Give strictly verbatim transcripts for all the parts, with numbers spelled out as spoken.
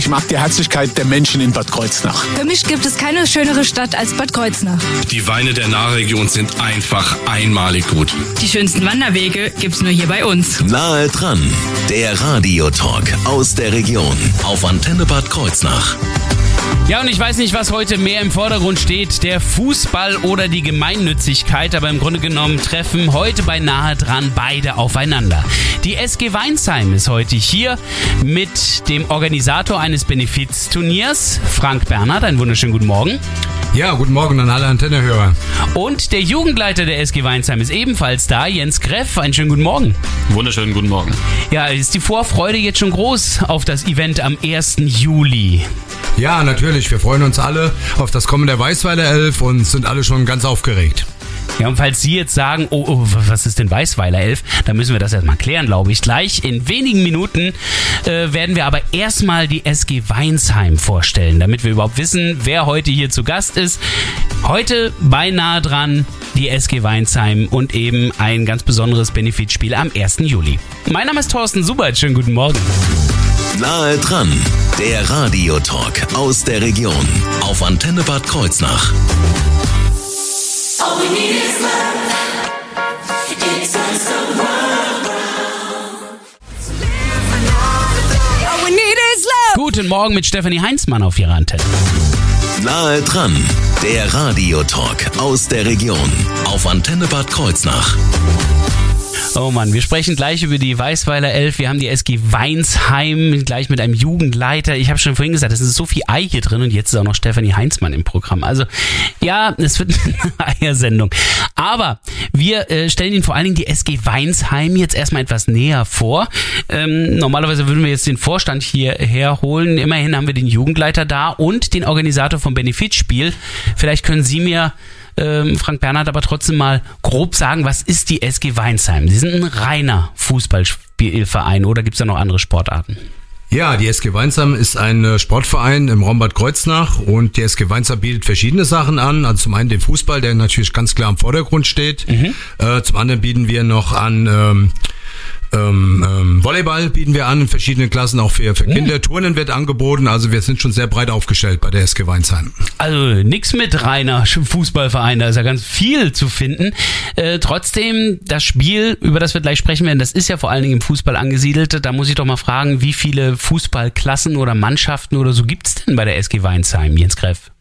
Ich mag die Herzlichkeit der Menschen in Bad Kreuznach. Für mich gibt es keine schönere Stadt als Bad Kreuznach. Die Weine der Nahregion sind einfach einmalig gut. Die schönsten Wanderwege gibt's nur hier bei uns. Nahe dran, der Radiotalk aus der Region auf Antenne Bad Kreuznach. Ja, und ich weiß nicht, was heute mehr im Vordergrund steht, der Fußball oder die Gemeinnützigkeit, aber im Grunde genommen treffen heute bei Nahe dran beide aufeinander. Die S G Weinsheim ist heute hier mit dem Organisator eines Benefizturniers, Frank Bernhard. Einen wunderschönen guten Morgen. Ja, guten Morgen an alle Antennehörer. Und der Jugendleiter der S G Weinsheim ist ebenfalls da, Jens Greff. Einen schönen guten Morgen. Wunderschönen guten Morgen. Ja, ist die Vorfreude jetzt schon groß auf das Event am ersten Juli? Ja, natürlich. Wir freuen uns alle auf das Kommen der Weißweiler Elf und sind alle schon ganz aufgeregt. Ja, und falls Sie jetzt sagen, oh, oh was ist denn Weißweiler Elf, dann müssen wir das erstmal klären, glaube ich. Gleich in wenigen Minuten äh, werden wir aber erstmal die S G Weinsheim vorstellen, damit wir überhaupt wissen, wer heute hier zu Gast ist. Heute bei Nahe dran die S G Weinsheim und eben ein ganz besonderes Benefizspiel am ersten Juli. Mein Name ist Thorsten Subert, schönen guten Morgen. Nahe dran, der Radiotalk aus der Region auf Antenne Bad Kreuznach. All we need is love. It turns the world round. All we need is love. Guten Morgen mit Stefanie Heinzmann auf Ihrer Antenne. Nahe dran, der Radiotalk aus der Region auf Antenne Bad Kreuznach. Oh Mann, wir sprechen gleich über die Weißweiler Elf. Wir haben die S G Weinsheim gleich mit einem Jugendleiter. Ich habe schon vorhin gesagt, es ist so viel Ei hier drin und jetzt ist auch noch Stefanie Heinzmann im Programm. Also ja, es wird eine Eiersendung. Aber wir äh, stellen Ihnen vor allen Dingen die S G Weinsheim jetzt erstmal etwas näher vor. Ähm, normalerweise würden wir jetzt den Vorstand hierher holen. Immerhin haben wir den Jugendleiter da und den Organisator vom Benefizspiel. Vielleicht können Sie mir Ähm, Frank Bernhard aber trotzdem mal grob sagen, was ist die S G Weinsheim? Sie sind ein reiner Fußballspielverein oder gibt es da noch andere Sportarten? Ja, die S G Weinsheim ist ein Sportverein im Raum Bad Kreuznach und die S G Weinsheim bietet verschiedene Sachen an. Also zum einen den Fußball, der natürlich ganz klar im Vordergrund steht. Mhm. Äh, zum anderen bieten wir noch an ähm, Ähm, ähm, Volleyball bieten wir an in verschiedenen Klassen, auch für, für Kinder. Mhm. Turnen wird angeboten, also wir sind schon sehr breit aufgestellt bei der S G Weinsheim. Also nix mit reiner Fußballverein, da ist ja ganz viel zu finden. Äh, trotzdem, das Spiel, über das wir gleich sprechen werden, das ist ja vor allen Dingen im Fußball angesiedelt. Da muss ich doch mal fragen, wie viele Fußballklassen oder Mannschaften oder so gibt's denn bei der S G Weinsheim, Jens Greff?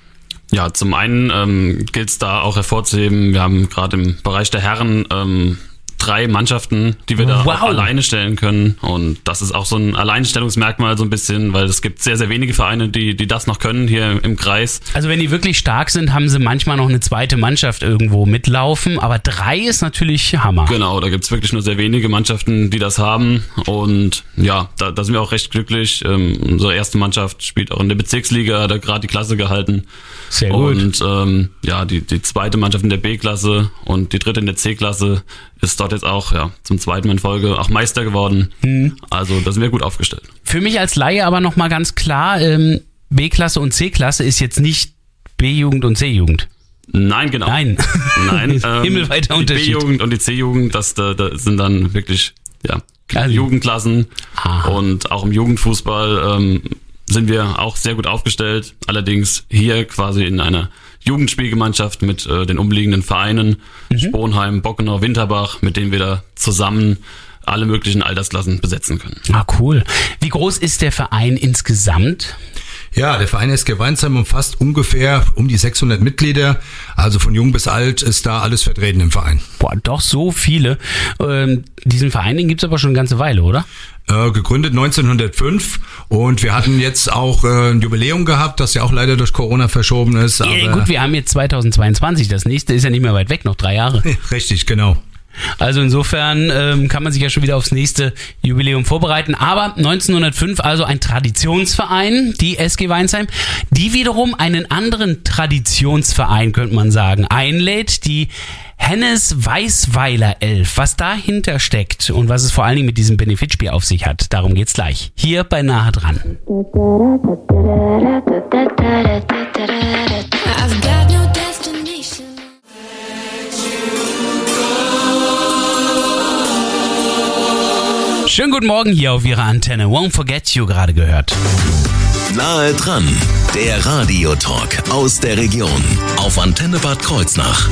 Ja, zum einen ähm, gilt es da auch hervorzuheben, wir haben gerade im Bereich der Herren ähm, drei Mannschaften, die wir da wow. auch alleine stellen können, und das ist auch so ein Alleinstellungsmerkmal so ein bisschen, weil es gibt sehr, sehr wenige Vereine, die, die das noch können hier im Kreis. Also wenn die wirklich stark sind, haben sie manchmal noch eine zweite Mannschaft irgendwo mitlaufen, aber drei ist natürlich Hammer. Genau, da gibt es wirklich nur sehr wenige Mannschaften, die das haben, und ja, da, da sind wir auch recht glücklich. Ähm, unsere erste Mannschaft spielt auch in der Bezirksliga, hat da gerade die Klasse gehalten. Sehr gut. Und ähm, ja, die, die zweite Mannschaft in der B-Klasse und die dritte in der C-Klasse ist dort jetzt auch ja zum zweiten Mal in Folge auch Meister geworden. Mhm. Also da sind wir gut aufgestellt. Für mich als Laie aber nochmal ganz klar, ähm, B-Klasse und C-Klasse ist jetzt nicht B-Jugend und C-Jugend. Nein, genau. Nein. Nein, ähm, himmelweiter die Unterschied. Die B-Jugend und die C-Jugend, das da, da sind dann wirklich ja also. Jugendklassen. Aha. Und auch im Jugendfußball ähm, sind wir auch sehr gut aufgestellt. Allerdings hier quasi in einer Jugendspielgemeinschaft mit äh, den umliegenden Vereinen, mhm. Sponheim, Bockenau, Winterbach, mit denen wir da zusammen alle möglichen Altersklassen besetzen können. Ah, cool. Wie groß ist der Verein insgesamt? Ja, der Verein S G Weinsheim umfasst ungefähr um die sechshundert Mitglieder. Also von jung bis alt ist da alles vertreten im Verein. Boah, doch so viele. Ähm, diesen Verein, den gibt's aber schon eine ganze Weile, oder? Äh, gegründet neunzehnhundertfünf und wir hatten jetzt auch äh, ein Jubiläum gehabt, das ja auch leider durch Corona verschoben ist. Aber ja, gut, wir haben jetzt zweitausendzweiundzwanzig, das nächste ist ja nicht mehr weit weg, noch drei Jahre. Richtig, genau. Also insofern ähm, kann man sich ja schon wieder aufs nächste Jubiläum vorbereiten. Aber neunzehnhundertfünf, also ein Traditionsverein, die S G Weinsheim, die wiederum einen anderen Traditionsverein, könnte man sagen, einlädt, die Hennes Weißweiler Elf. Was dahinter steckt und was es vor allen Dingen mit diesem Benefizspiel auf sich hat, darum geht's gleich. Hier bei Nahe dran. Schönen guten Morgen hier auf Ihrer Antenne. Won't Forget You gerade gehört. Nahe dran, der Radiotalk aus der Region auf Antenne Bad Kreuznach.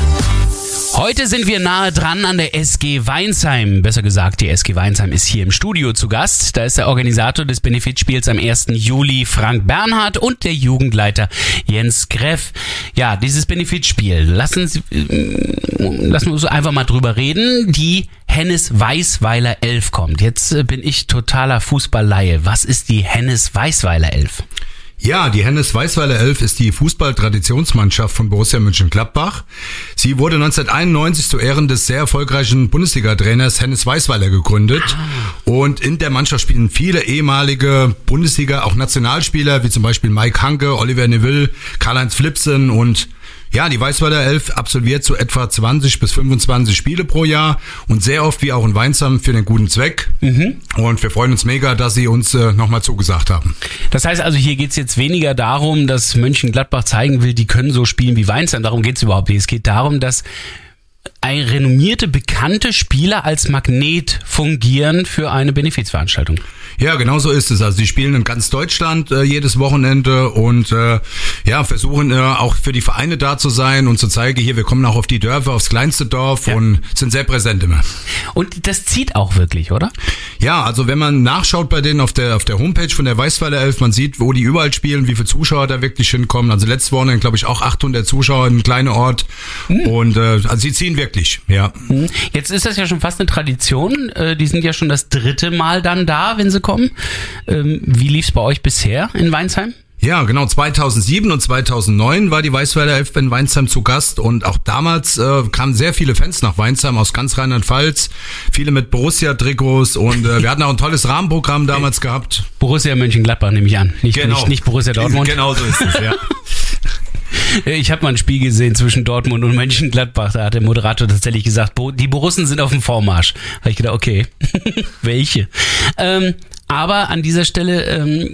Heute sind wir nahe dran an der S G Weinsheim. Besser gesagt, die S G Weinsheim ist hier im Studio zu Gast. Da ist der Organisator des Benefizspiels am ersten Juli, Frank Bernhard, und der Jugendleiter Jens Greff. Ja, dieses Benefizspiel, lassen Sie, äh, lassen wir uns einfach mal drüber reden. Die Hennes-Weißweiler Elf kommt. Jetzt äh, bin ich totaler Fußballleihe. Was ist die Hennes-Weißweiler Elf? Ja, die Hennes-Weißweiler Elf ist die Fußball-Traditionsmannschaft von Borussia Mönchengladbach. Sie wurde neunzehnhunderteinundneunzig zu Ehren des sehr erfolgreichen Bundesliga-Trainers Hennes Weißweiler gegründet. Ah. Und in der Mannschaft spielen viele ehemalige Bundesliga, auch Nationalspieler, wie zum Beispiel Mike Hanke, Oliver Neville, Karl-Heinz Flipsen und ja, die Weißweiler Elf absolviert so etwa zwanzig bis fünfundzwanzig Spiele pro Jahr und sehr oft wie auch in Weinsheim für den guten Zweck. Mhm. Und wir freuen uns mega, dass Sie uns äh, nochmal zugesagt haben. Das heißt also, hier geht's jetzt weniger darum, dass Mönchengladbach zeigen will, die können so spielen wie Weinsheim. Darum geht's überhaupt nicht. Es geht darum, dass ein renommierte, bekannte Spieler als Magnet fungieren für eine Benefizveranstaltung. Ja, genau so ist es. Also die spielen in ganz Deutschland äh, jedes Wochenende und äh, ja, versuchen äh, auch für die Vereine da zu sein und zu zeigen, hier, wir kommen auch auf die Dörfer, aufs kleinste Dorf, ja, und sind sehr präsent immer. Und das zieht auch wirklich, oder? Ja, also wenn man nachschaut bei denen auf der auf der Homepage von der Weißweiler Elf, man sieht, wo die überall spielen, wie viele Zuschauer da wirklich hinkommen. Also letztes Wochenende, glaube ich, auch achthundert Zuschauer in einem kleinen Ort. Hm. Und äh, also sie ziehen wirklich, ja. Jetzt ist das ja schon fast eine Tradition. Die sind ja schon das dritte Mal dann da, wenn sie kommen. Wie lief's bei euch bisher in Weinsheim? Ja, genau, zweitausendsieben und zweitausendneun war die Weißweiler Elf in Weinsheim zu Gast und auch damals äh, kamen sehr viele Fans nach Weinsheim aus ganz Rheinland-Pfalz, viele mit Borussia-Trikots und äh, wir hatten auch ein tolles Rahmenprogramm damals gehabt. Borussia Mönchengladbach nehme ich an, nicht, genau. nicht, nicht Borussia Dortmund. Genau so ist es, ja. Ich habe mal ein Spiel gesehen zwischen Dortmund und Mönchengladbach. Da hat der Moderator tatsächlich gesagt, die Borussen sind auf dem Vormarsch. Da habe ich gedacht, okay, welche? Ähm, aber an dieser Stelle, ähm,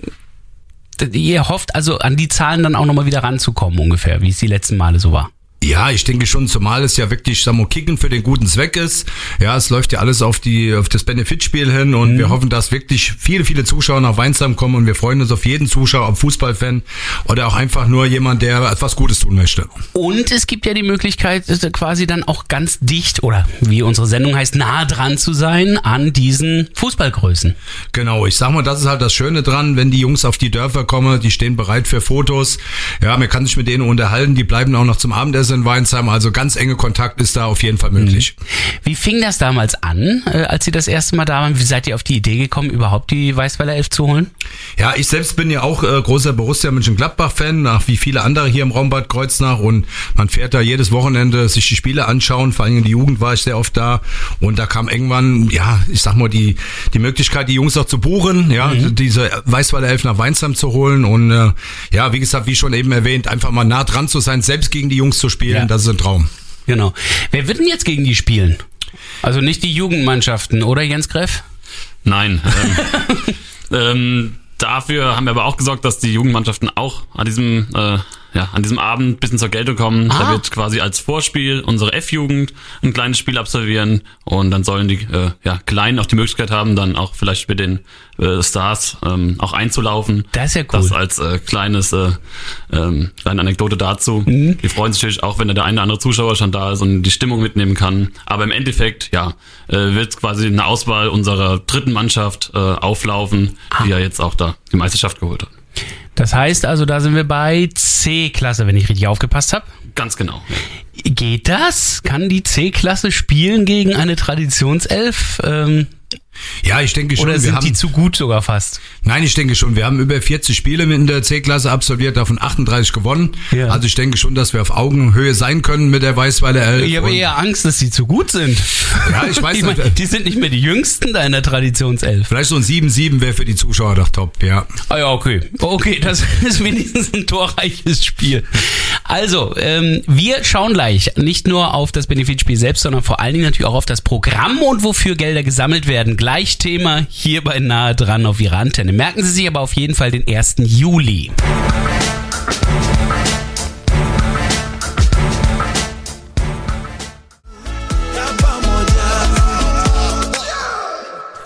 ihr hofft also an die Zahlen dann auch nochmal wieder ranzukommen ungefähr, wie es die letzten Male so war. Ja, ich denke schon, zumal es ja wirklich, sagen wir, Kicken für den guten Zweck ist. Ja, es läuft ja alles auf die auf das Benefitspiel hin und mhm. wir hoffen, dass wirklich viele, viele Zuschauer nach Weinsheim kommen und wir freuen uns auf jeden Zuschauer, ob Fußballfan oder auch einfach nur jemand, der etwas Gutes tun möchte. Und es gibt ja die Möglichkeit, quasi dann auch ganz dicht oder wie unsere Sendung heißt, nah dran zu sein an diesen Fußballgrößen. Genau, ich sag mal, das ist halt das Schöne dran, wenn die Jungs auf die Dörfer kommen, die stehen bereit für Fotos. Ja, man kann sich mit denen unterhalten, die bleiben auch noch zum Abendessen in Weinsheim, also ganz enge Kontakt ist da auf jeden Fall möglich. Wie fing das damals an, als Sie das erste Mal da waren? Wie seid ihr auf die Idee gekommen, überhaupt die Weißweiler Elf zu holen? Ja, ich selbst bin ja auch äh, großer Borussia Mönchengladbach-Fan, nach wie viele andere hier im Raum Bad Kreuznach und man fährt da jedes Wochenende sich die Spiele anschauen, vor allem in die Jugend war ich sehr oft da und da kam irgendwann, ja, ich sag mal, die die Möglichkeit, die Jungs auch zu buchen, ja, mhm. diese Weißweiler Elf nach Weinsheim zu holen und äh, ja, wie gesagt, wie schon eben erwähnt, einfach mal nah dran zu sein, selbst gegen die Jungs zu spielen. Ja. Das ist ein Traum. Genau. Wer wird denn jetzt gegen die spielen? Also nicht die Jugendmannschaften, oder Jens Greff? Nein. Ähm, ähm, dafür haben wir aber auch gesorgt, dass die Jugendmannschaften auch an diesem äh, ja, an diesem Abend ein bisschen zur Geltung kommen. Ah. Da wird quasi als Vorspiel unsere F-Jugend ein kleines Spiel absolvieren und dann sollen die äh, ja, Kleinen auch die Möglichkeit haben, dann auch vielleicht mit den äh, Stars ähm, auch einzulaufen. Das ist ja cool. Das als äh, kleines äh, ähm, kleine Anekdote dazu. Mhm. Die freuen sich natürlich auch, wenn da der eine oder andere Zuschauer schon da ist und die Stimmung mitnehmen kann. Aber im Endeffekt, ja, äh, wird quasi eine Auswahl unserer dritten Mannschaft äh, auflaufen, ah. die ja jetzt auch da die Meisterschaft geholt hat. Das heißt also, da sind wir bei C-Klasse, wenn ich richtig aufgepasst habe. Ganz genau. Geht das? Kann die C-Klasse spielen gegen eine Traditionself? Ähm, Ja, ich denke schon. Oder sind wir haben, die zu gut sogar fast? Nein, ich denke schon. Wir haben über vierzig Spiele in der C-Klasse absolviert, davon achtunddreißig gewonnen. Ja. Also ich denke schon, dass wir auf Augenhöhe sein können mit der Weißweiler Elf. Ich habe eher Angst, dass sie zu gut sind. Ja, ich weiß nicht. Die, die sind nicht mehr die Jüngsten da in der Traditionself. Vielleicht so ein sieben sieben wäre für die Zuschauer doch top, ja. Ah ja, okay. Okay, das ist wenigstens ein torreiches Spiel. Also, ähm, wir schauen gleich nicht nur auf das Benefizspiel selbst, sondern vor allen Dingen natürlich auch auf das Programm und wofür Gelder gesammelt werden. Gleich Thema hier bei Nahe dran auf Ihrer Antenne. Merken Sie sich aber auf jeden Fall den ersten Juli.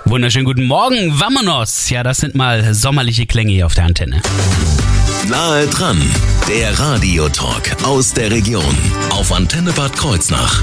Wunderschönen guten Morgen, Vamonos. Ja, das sind mal sommerliche Klänge hier auf der Antenne. Nahe dran, der Radiotalk aus der Region auf Antenne Bad Kreuznach.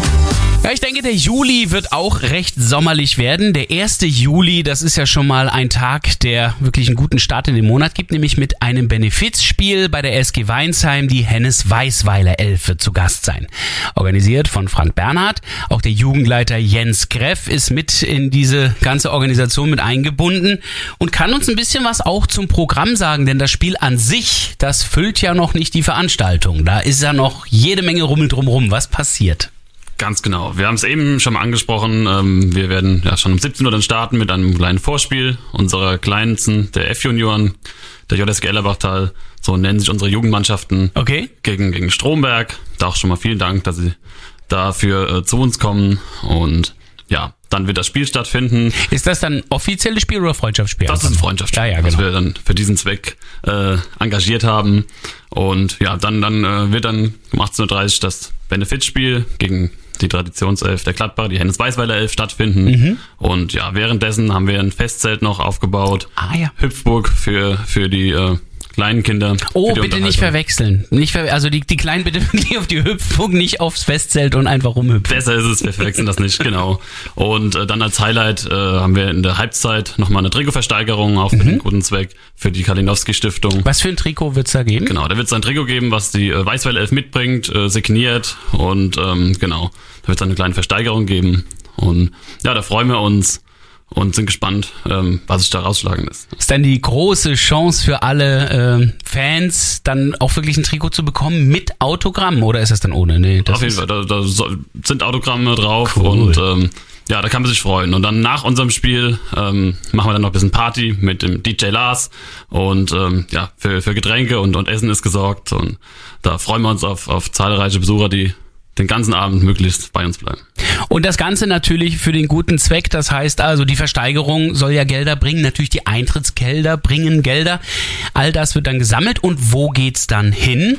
Ja, ich denke, der Juli wird auch recht sommerlich werden. Der erste Juli, das ist ja schon mal ein Tag, der wirklich einen guten Start in den Monat gibt, nämlich mit einem Benefizspiel bei der S G Weinsheim. Die Hennes Weißweiler Elf wird zu Gast sein. Organisiert von Frank Bernhard. Auch der Jugendleiter Jens Greff ist mit in diese ganze Organisation mit eingebunden und kann uns ein bisschen was auch zum Programm sagen, denn das Spiel an sich, das füllt ja noch nicht die Veranstaltung. Da ist ja noch jede Menge Rummel drumherum. Was passiert? Ganz genau. Wir haben es eben schon mal angesprochen. Wir werden ja schon um siebzehn Uhr dann starten mit einem kleinen Vorspiel unserer Kleinsten, der F-Junioren, der J S G Ellerbachtal. So nennen sich unsere Jugendmannschaften. Okay. Gegen, gegen Stromberg. Da auch schon mal vielen Dank, dass Sie dafür äh, zu uns kommen. Und ja, dann wird das Spiel stattfinden. Ist das dann offizielles Spiel oder Freundschaftsspiel? Das ist ein Freundschaftsspiel, ja, ja, genau. Das wir dann für diesen Zweck äh, engagiert haben. Und ja, dann, dann äh, wird dann um achtzehn Uhr dreißig das Benefizspiel gegen die Traditionself der Gladbach, die Hennes Weißweiler Elf stattfinden. Mhm. Und ja, währenddessen haben wir ein Festzelt noch aufgebaut. Ah ja. Hüpfburg für, für die äh, kleinen Kinder. Oh, bitte nicht verwechseln. Nicht ver- also die, die Kleinen bitte wirklich auf die Hüpfburg, nicht aufs Festzelt und einfach rumhüpfen. Besser ist es, wir verwechseln das nicht, genau. Und äh, dann als Highlight äh, haben wir in der Halbzeit nochmal eine Trikotversteigerung auch für mhm. den guten Zweck für die Kalinowski-Stiftung. Was für ein Trikot wird's da geben? Genau, da wird es ein Trikot geben, was die äh, Weißweiler Elf mitbringt, äh, signiert und ähm, genau, da wird es eine kleine Versteigerung geben. Und ja, da freuen wir uns und sind gespannt, ähm, was sich da rausschlagen lässt. Ist dann die große Chance für alle äh, Fans, dann auch wirklich ein Trikot zu bekommen mit Autogramm, oder ist das dann ohne? Nee, das auf jeden Fall, da, da sind Autogramme drauf. Cool. Und ähm, ja, da kann man sich freuen. Und dann nach unserem Spiel ähm, machen wir dann noch ein bisschen Party mit dem D J Lars und ähm, ja, für, für Getränke und, und Essen ist gesorgt und da freuen wir uns auf, auf zahlreiche Besucher, die den ganzen Abend möglichst bei uns bleiben. Und das Ganze natürlich für den guten Zweck, das heißt also, die Versteigerung soll ja Gelder bringen, natürlich die Eintrittsgelder bringen Gelder. All das wird dann gesammelt und wo geht's dann hin?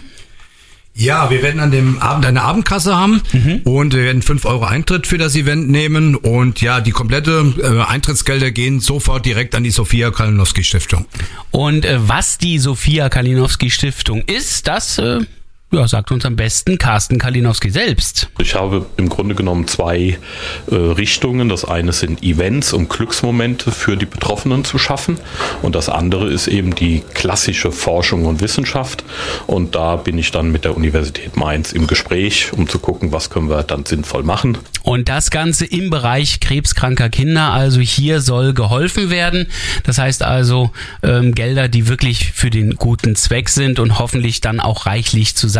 Ja, wir werden an dem Abend eine Abendkasse haben mhm. und wir werden fünf Euro Eintritt für das Event nehmen und ja, die komplette äh, Eintrittsgelder gehen sofort direkt an die Sophia Kalinowski Stiftung. Und äh, was die Sophia Kalinowski Stiftung ist, das äh ja, sagt uns am besten Carsten Kalinowski selbst. Ich habe im Grunde genommen zwei äh, Richtungen. Das eine sind Events, um Glücksmomente für die Betroffenen zu schaffen. Und das andere ist eben die klassische Forschung und Wissenschaft. Und da bin ich dann mit der Universität Mainz im Gespräch, um zu gucken, was können wir dann sinnvoll machen. Und das Ganze im Bereich krebskranker Kinder. Also hier soll geholfen werden. Das heißt also ähm, Gelder, die wirklich für den guten Zweck sind und hoffentlich dann auch reichlich zusammenkommen.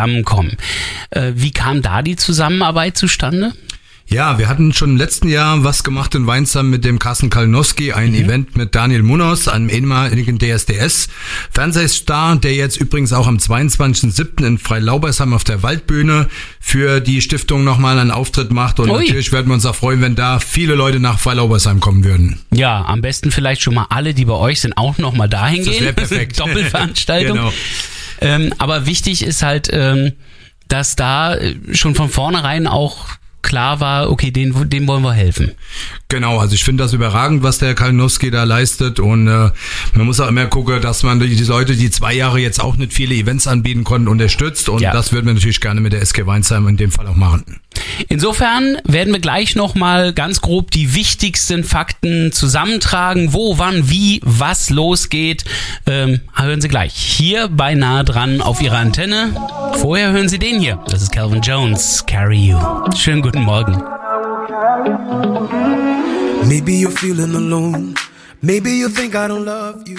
Äh, wie kam da die Zusammenarbeit zustande? Ja, wir hatten schon im letzten Jahr was gemacht in Weinsheim mit dem Carsten Kalinowski, ein mhm. Event mit Daniel Munoz, einem ehemaligen D S D S-Fernsehstar, der jetzt übrigens auch am zweiundzwanzigsten siebten in Freilaubersheim auf der Waldbühne für die Stiftung nochmal einen Auftritt macht. Und Ui. natürlich werden wir uns auch freuen, wenn da viele Leute nach Freilaubersheim kommen würden. Ja, am besten vielleicht schon mal alle, die bei euch sind, auch nochmal dahin gehen. Das wäre perfekt. Doppelveranstaltung. Genau. Ähm, aber wichtig ist halt, ähm, dass da schon von vornherein auch klar war, okay, dem, dem wollen wir helfen. Genau, also ich finde das überragend, was der Kalinowski da leistet und äh, man muss auch immer gucken, dass man die, die Leute, die zwei Jahre jetzt auch nicht viele Events anbieten konnten, unterstützt und ja. das würden wir natürlich gerne mit der S G Weinsheim in dem Fall auch machen. Insofern werden wir gleich nochmal ganz grob die wichtigsten Fakten zusammentragen, wo, wann, wie, was losgeht. Ähm, hören Sie gleich hier bei Nahe dran auf Ihrer Antenne. Vorher hören Sie den hier. Das ist Calvin Jones, Carry You. Schönen guten Morgen. Maybe you're feeling alone. Maybe you think I don't love you.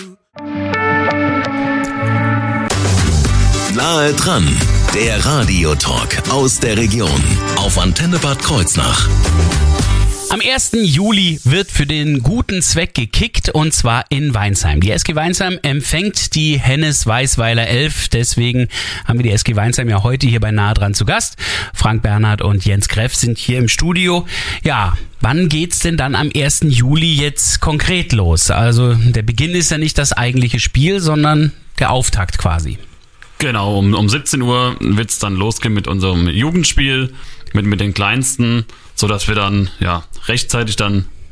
Nahe dran, der Radiotalk aus der Region auf Antenne Bad Kreuznach. Am ersten Juli wird für den guten Zweck gekickt und zwar in Weinsheim. Die S G Weinsheim empfängt die Hennes Weißweiler Elf. Deswegen haben wir die S G Weinsheim ja heute hier bei Nahe dran zu Gast. Frank Bernhard und Jens Greff sind hier im Studio. Ja, wann geht's denn dann am ersten Juli jetzt konkret los? Also der Beginn ist ja nicht das eigentliche Spiel, sondern der Auftakt quasi. Genau, um, um siebzehn Uhr wird's dann losgehen mit unserem Jugendspiel, mit, mit den Kleinsten, so dass wir dann ja rechtzeitig dann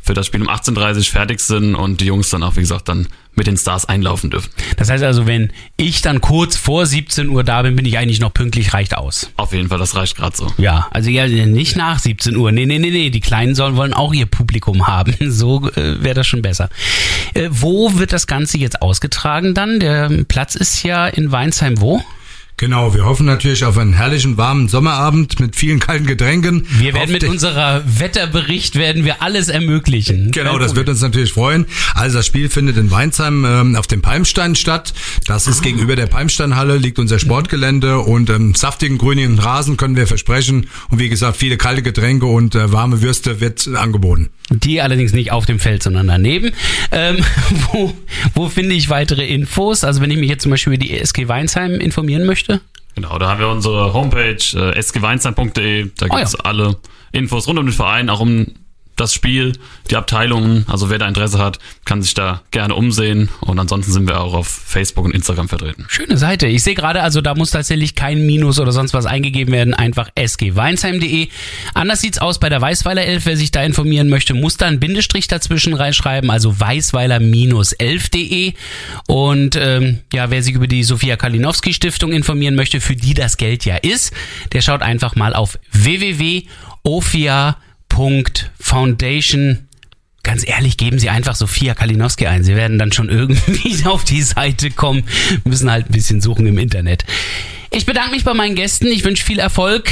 für das Spiel um achtzehn Uhr dreißig fertig sind und die Jungs dann auch, wie gesagt, dann mit den Stars einlaufen dürfen. Das heißt also, wenn ich dann kurz vor siebzehn Uhr da bin, bin ich eigentlich noch pünktlich, reicht aus. Auf jeden Fall, das reicht gerade so. Ja, also ja, nicht nach siebzehn Uhr. Nee, nee, nee, nee, die Kleinen sollen wollen auch ihr Publikum haben. So äh, wäre das schon besser. Äh, wo wird das Ganze jetzt ausgetragen dann? Der Platz ist ja in Weinsheim wo? Genau, wir hoffen natürlich auf einen herrlichen, warmen Sommerabend mit vielen kalten Getränken. Wir werden mit unserer Wetterbericht werden wir alles ermöglichen. Genau, das wird uns natürlich freuen. Also das Spiel findet in Weinsheim ähm, auf dem Palmstein statt. Das ist ah. gegenüber der Palmsteinhalle, liegt unser Sportgelände und ähm, saftigen grünen Rasen können wir versprechen. Und wie gesagt, viele kalte Getränke und äh, warme Würste wird angeboten. Die allerdings nicht auf dem Feld, sondern daneben. Ähm, wo, wo finde ich weitere Infos? Also wenn ich mich jetzt zum Beispiel über die S G Weinsheim informieren möchte? Genau, da haben wir unsere Homepage äh, s g weinsheim punkt d e. Da gibt es oh ja. alle Infos rund um den Verein, auch um das Spiel, die Abteilungen. Also wer da Interesse hat, kann sich da gerne umsehen. Und ansonsten sind wir auch auf Facebook und Instagram vertreten. Schöne Seite. Ich sehe gerade, also da muss tatsächlich kein Minus oder sonst was eingegeben werden. Einfach s g weinsheim punkt d e. Anders sieht's aus bei der Weißweiler elf. Wer sich da informieren möchte, muss da einen Bindestrich dazwischen reinschreiben. Also weißweiler elf punkt d e. Und ähm, ja, wer sich über die Sophia Kalinowski Stiftung informieren möchte, für die das Geld ja ist, der schaut einfach mal auf w w w punkt ofia punkt foundation. Ganz ehrlich, geben Sie einfach Sophia Kalinowski ein. Sie werden dann schon irgendwie auf die Seite kommen. Wir müssen halt ein bisschen suchen im Internet. Ich bedanke mich bei meinen Gästen. Ich wünsche viel Erfolg.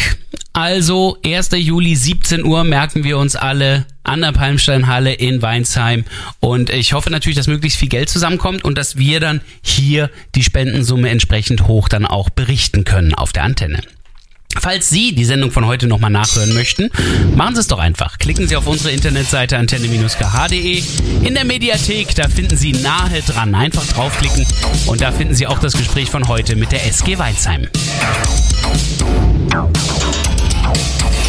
Also erster Juli, siebzehn Uhr, merken wir uns alle an der Palmsteinhalle in Weinsheim. Und ich hoffe natürlich, dass möglichst viel Geld zusammenkommt und dass wir dann hier die Spendensumme entsprechend hoch dann auch berichten können auf der Antenne. Falls Sie die Sendung von heute nochmal nachhören möchten, machen Sie es doch einfach. Klicken Sie auf unsere Internetseite antenne Bindestrich k h punkt d e. In der Mediathek, da finden Sie nahe dran. Einfach draufklicken und da finden Sie auch das Gespräch von heute mit der S G Weinsheim.